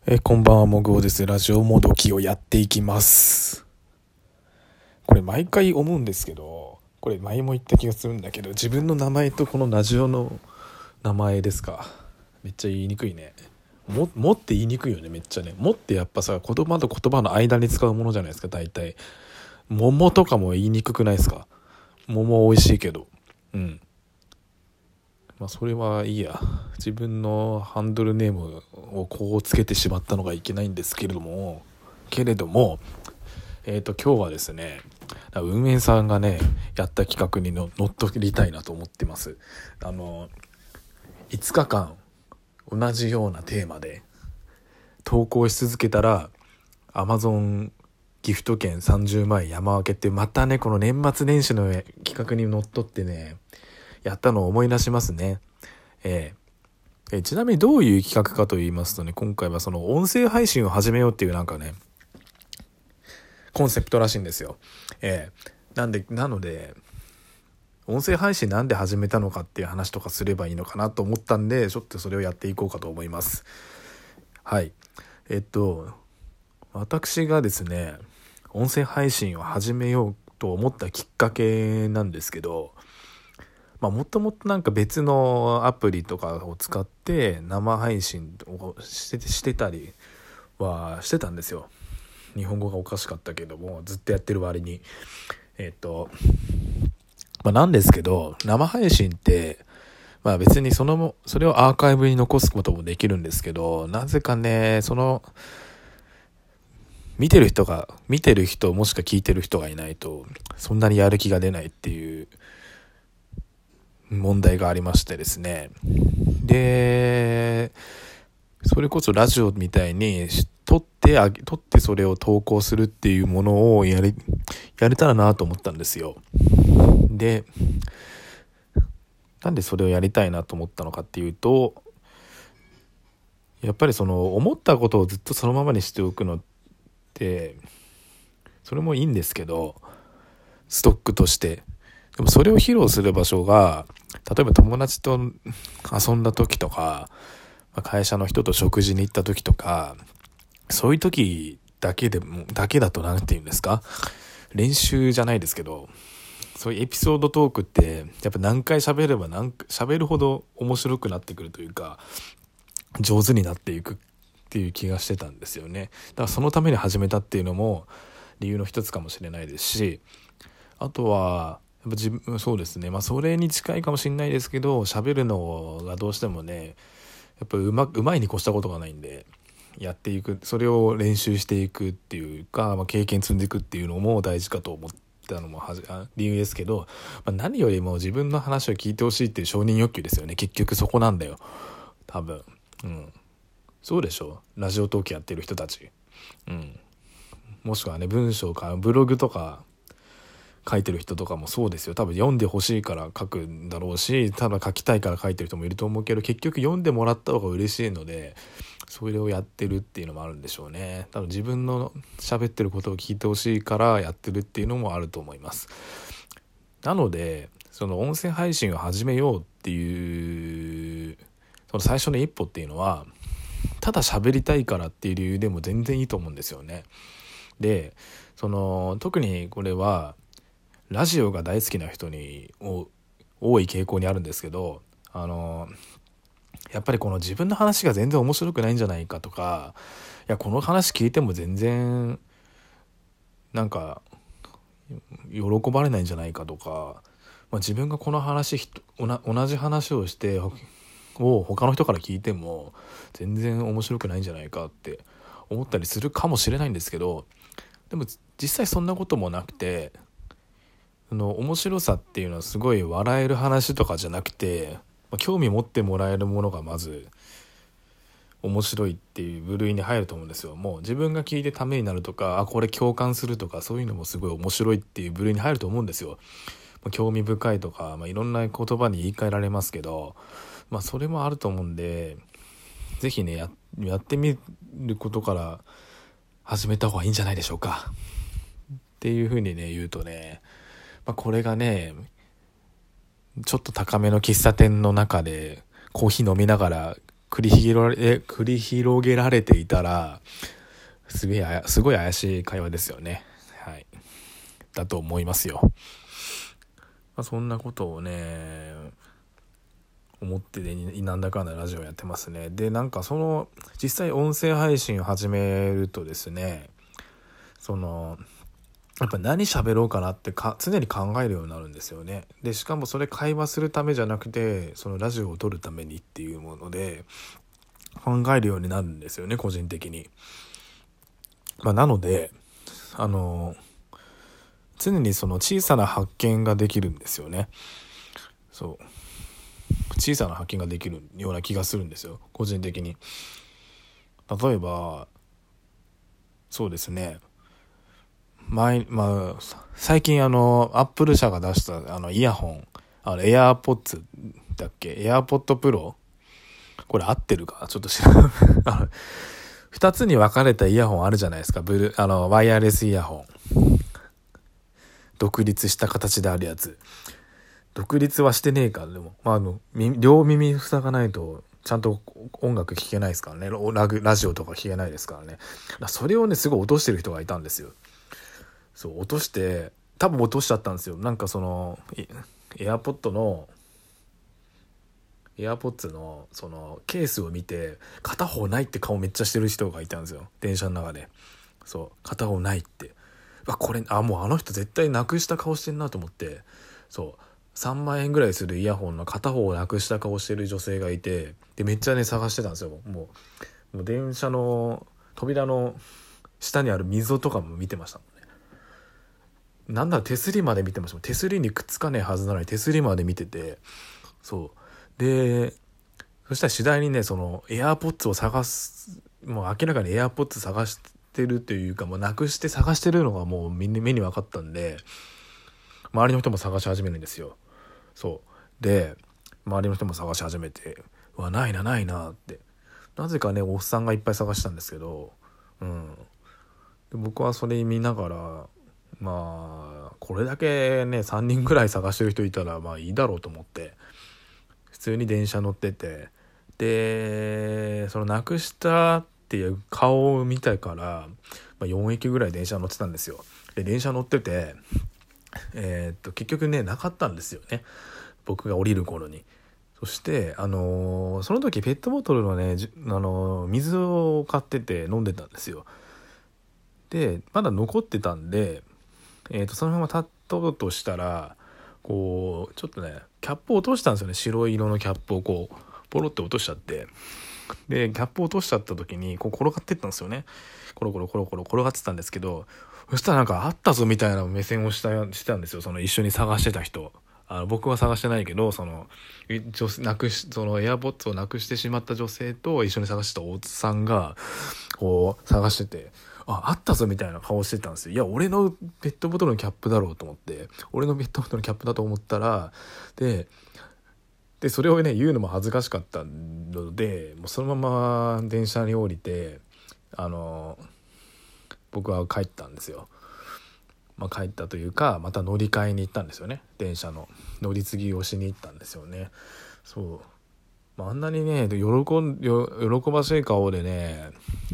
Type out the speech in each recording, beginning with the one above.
こんばんは、もぐおです。ラジオもどきをやっていきます。これ毎回思うんですけど、これ前も言った気がするんだけど、自分の名前とこのラジオの名前ですか。めっちゃ言いにくいね。もって言いにくいよね、めっちゃね。もってやっぱさ、言葉と言葉の間に使うものじゃないですか、大体。桃とかも言いにくくないですか。桃美味しいけど。うん。まあそれはいいや。自分のハンドルネームをこうつけてしまったのがいけないんですけれども、今日はですね、運営さんがねやった企画に乗っ取りたいなと思ってます。5日間同じようなテーマで投稿し続けたら Amazon ギフト券30万円山分けって、またねこの年末年始の企画にのっとってねやったのを思い出しますね。ちなみにどういう企画かと言いますとね、今回はその音声配信を始めようっていうなんかねコンセプトらしいんですよ。なので音声配信なんで始めたのかっていう話とかすればいいのかなと思ったんで、ちょっとそれをやっていこうかと思います。はい。私がですね音声配信を始めようと思ったきっかけなんですけど、もともとなんか別のアプリとかを使って生配信をしてたりはしてたんですよ。日本語がおかしかったけどもずっとやってる割になんですけど、生配信って別にそれをアーカイブに残すこともできるんですけど、なぜかね見てる人もしくは聞いてる人がいないとそんなにやる気が出ないっていう問題がありましてですね。でそれこそラジオみたいに撮ってそれを投稿するっていうものをやれたらなと思ったんですよ。でなんでそれをやりたいなと思ったのかっていうと、やっぱりその思ったことをずっとそのままにしておくのってそれもいいんですけど、ストックとして。でもそれを披露する場所が例えば友達と遊んだ時とか、会社の人と食事に行った時とか、そういう時だけだとなんて言うんですか、練習じゃないですけど、そういうエピソードトークってやっぱ何回喋れば喋るほど面白くなってくるというか上手になっていくっていう気がしてたんですよね。だからそのために始めたっていうのも理由の一つかもしれないですし、あとはやっぱそうですね、それに近いかもしれないですけど、喋るのがどうしてもねやっぱうまいに越したことがないんで、やっていく、それを練習していくっていうか、経験積んでいくっていうのも大事かと思ったのも理由ですけど、何よりも自分の話を聞いてほしいっていう承認欲求ですよね。結局そこなんだよ多分。そうでしょ、ラジオトークやってる人たち。もしくはね文章かブログとか書いてる人とかもそうですよ。多分読んでほしいから書くんだろうし、ただ書きたいから書いてる人もいると思うけど、結局読んでもらった方が嬉しいのでそれをやってるっていうのもあるんでしょうね。多分自分の喋ってることを聞いてほしいからやってるっていうのもあると思います。なのでその音声配信を始めようっていうその最初の一歩っていうのはただ喋りたいからっていう理由でも全然いいと思うんですよね。で特にこれはラジオが大好きな人に多い傾向にあるんですけど、やっぱりこの自分の話が全然面白くないんじゃないかとか、いやこの話聞いても全然なんか喜ばれないんじゃないかとか、自分がこの話同じ話をして他の人から聞いても全然面白くないんじゃないかって思ったりするかもしれないんですけど、でも実際そんなこともなくて、面白さっていうのはすごい笑える話とかじゃなくて、興味持ってもらえるものがまず面白いっていう部類に入ると思うんですよ。もう自分が聞いてためになるとか、これ共感するとか、そういうのもすごい面白いっていう部類に入ると思うんですよ。興味深いとか、いろんな言葉に言い換えられますけど、それもあると思うんで、ぜひねやってみることから始めた方がいいんじゃないでしょうかっていうふうにね言うとね、これがねちょっと高めの喫茶店の中でコーヒー飲みながら繰り広げられていたらすごい怪しい会話ですよね。はい。だと思いますよ。そんなことをね思っててなんだかんだラジオやってますね。でなんか実際音声配信を始めるとですね、やっぱ何喋ろうかなって常に考えるようになるんですよね。でしかもそれ会話するためじゃなくてそのラジオを撮るためにっていうもので考えるようになるんですよね、個人的に。なので常にその小さな発見ができるんですよね。そう小さな発見ができるような気がするんですよ、個人的に。例えばそうですね、最近アップル社が出したイヤホンエアーポッツだっけ、エアーポッドプロ、これ合ってるかちょっと知らない2つに分かれたイヤホンあるじゃないですか。ワイヤレスイヤホン、独立した形であるやつ。独立はしてねえから、でも両耳塞がないとちゃんと音楽聴けないですからね。ラジオとか聴けないですからね。それをねすごい落としてる人がいたんですよ。そう落として多分落としちゃったんですよ。なんかエアポッツのケースを見て片方ないって顔めっちゃしてる人がいたんですよ、電車の中で。そう片方ないって、これもうあの人絶対なくした顔してんなと思って、そう3万円ぐらいするイヤホンの片方をなくした顔してる女性がいて、でめっちゃね探してたんですよ。もう電車の扉の下にある溝とかも見てましたもんね。なんなら手すりまで見てました。手すりにくっつかねえはずなのに手すりまで見てて、そうでそしたら次第にねエアーポッツを探す、もう明らかにエアーポッツ探してるというかもうなくして探してるのがもう目に分かったんで、周りの人も探し始めるんですよ。そうで周りの人も探し始めて、ないなないなって、なぜかねおっさんがいっぱい探したんですけど、で僕はそれ見ながらこれだけね3人ぐらい探してる人いたらいいだろうと思って普通に電車乗ってて、でなくしたっていう顔を見たから、4駅ぐらい電車乗ってたんですよ。で電車乗ってて結局ねなかったんですよね、僕が降りる頃に。そしてその時ペットボトルのね水を買ってて飲んでたんですよ。でまだ残ってたんで、そのまま立っとうとしたらちょっとねキャップを落としたんですよね。白色のキャップをポロって落としちゃって、でキャップを落としちゃった時に転がってったんですよね。コロコロ転がってたんですけど、そしたらなんかあったぞみたいな目線をしてたんですよ、一緒に探してた人。僕は探してないけどエアポッツをなくしてしまった女性と一緒に探してたおっさんが探してて、あったぞみたいな顔してたんですよ。いや俺のペットボトルのキャップだろうと思って、俺のペットボトルのキャップだと思ったら、でそれをね言うのも恥ずかしかったのでもうそのまま電車に降りて僕は帰ったんですよ。帰ったというかまた乗り換えに行ったんですよね。電車の乗り継ぎをしに行ったんですよね。そう、あんなにね喜ばしい顔でね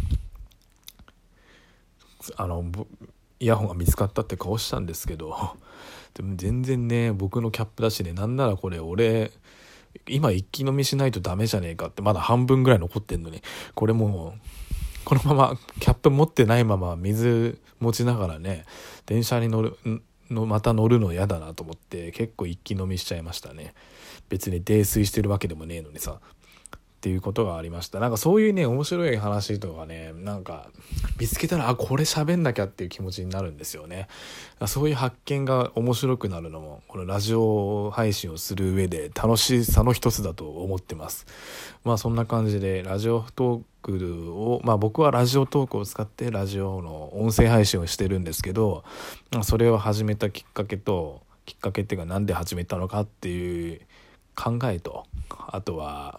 イヤホンが見つかったって顔したんですけどでも全然ね僕のキャップだしね、なんならこれ俺今一気飲みしないとダメじゃねえかって、まだ半分ぐらい残ってんのに、これもうこのままキャップ持ってないまま水持ちながらね電車にまた乗るの嫌だなと思って結構一気飲みしちゃいましたね。別に泥酔してるわけでもねえのにさっていうことがありました。なんかそういうね面白い話とかねなんか見つけたらこれ喋んなきゃっていう気持ちになるんですよね。そういう発見が面白くなるのもこのラジオ配信をする上で楽しさの一つだと思ってます。そんな感じでラジオトークを僕はラジオトークを使ってラジオの音声配信をしてるんですけど、それを始めたきっかけっていうかなんで始めたのかっていう考えと、あとは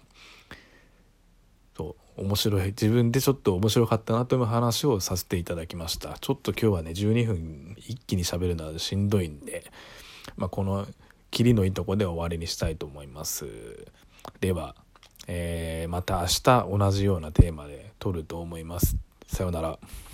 面白い、自分でちょっと面白かったなという話をさせていただきました。ちょっと今日はね12分一気に喋るのはしんどいんで、この切りのいいとこで終わりにしたいと思います。ではまた明日同じようなテーマで撮ると思います。さようなら。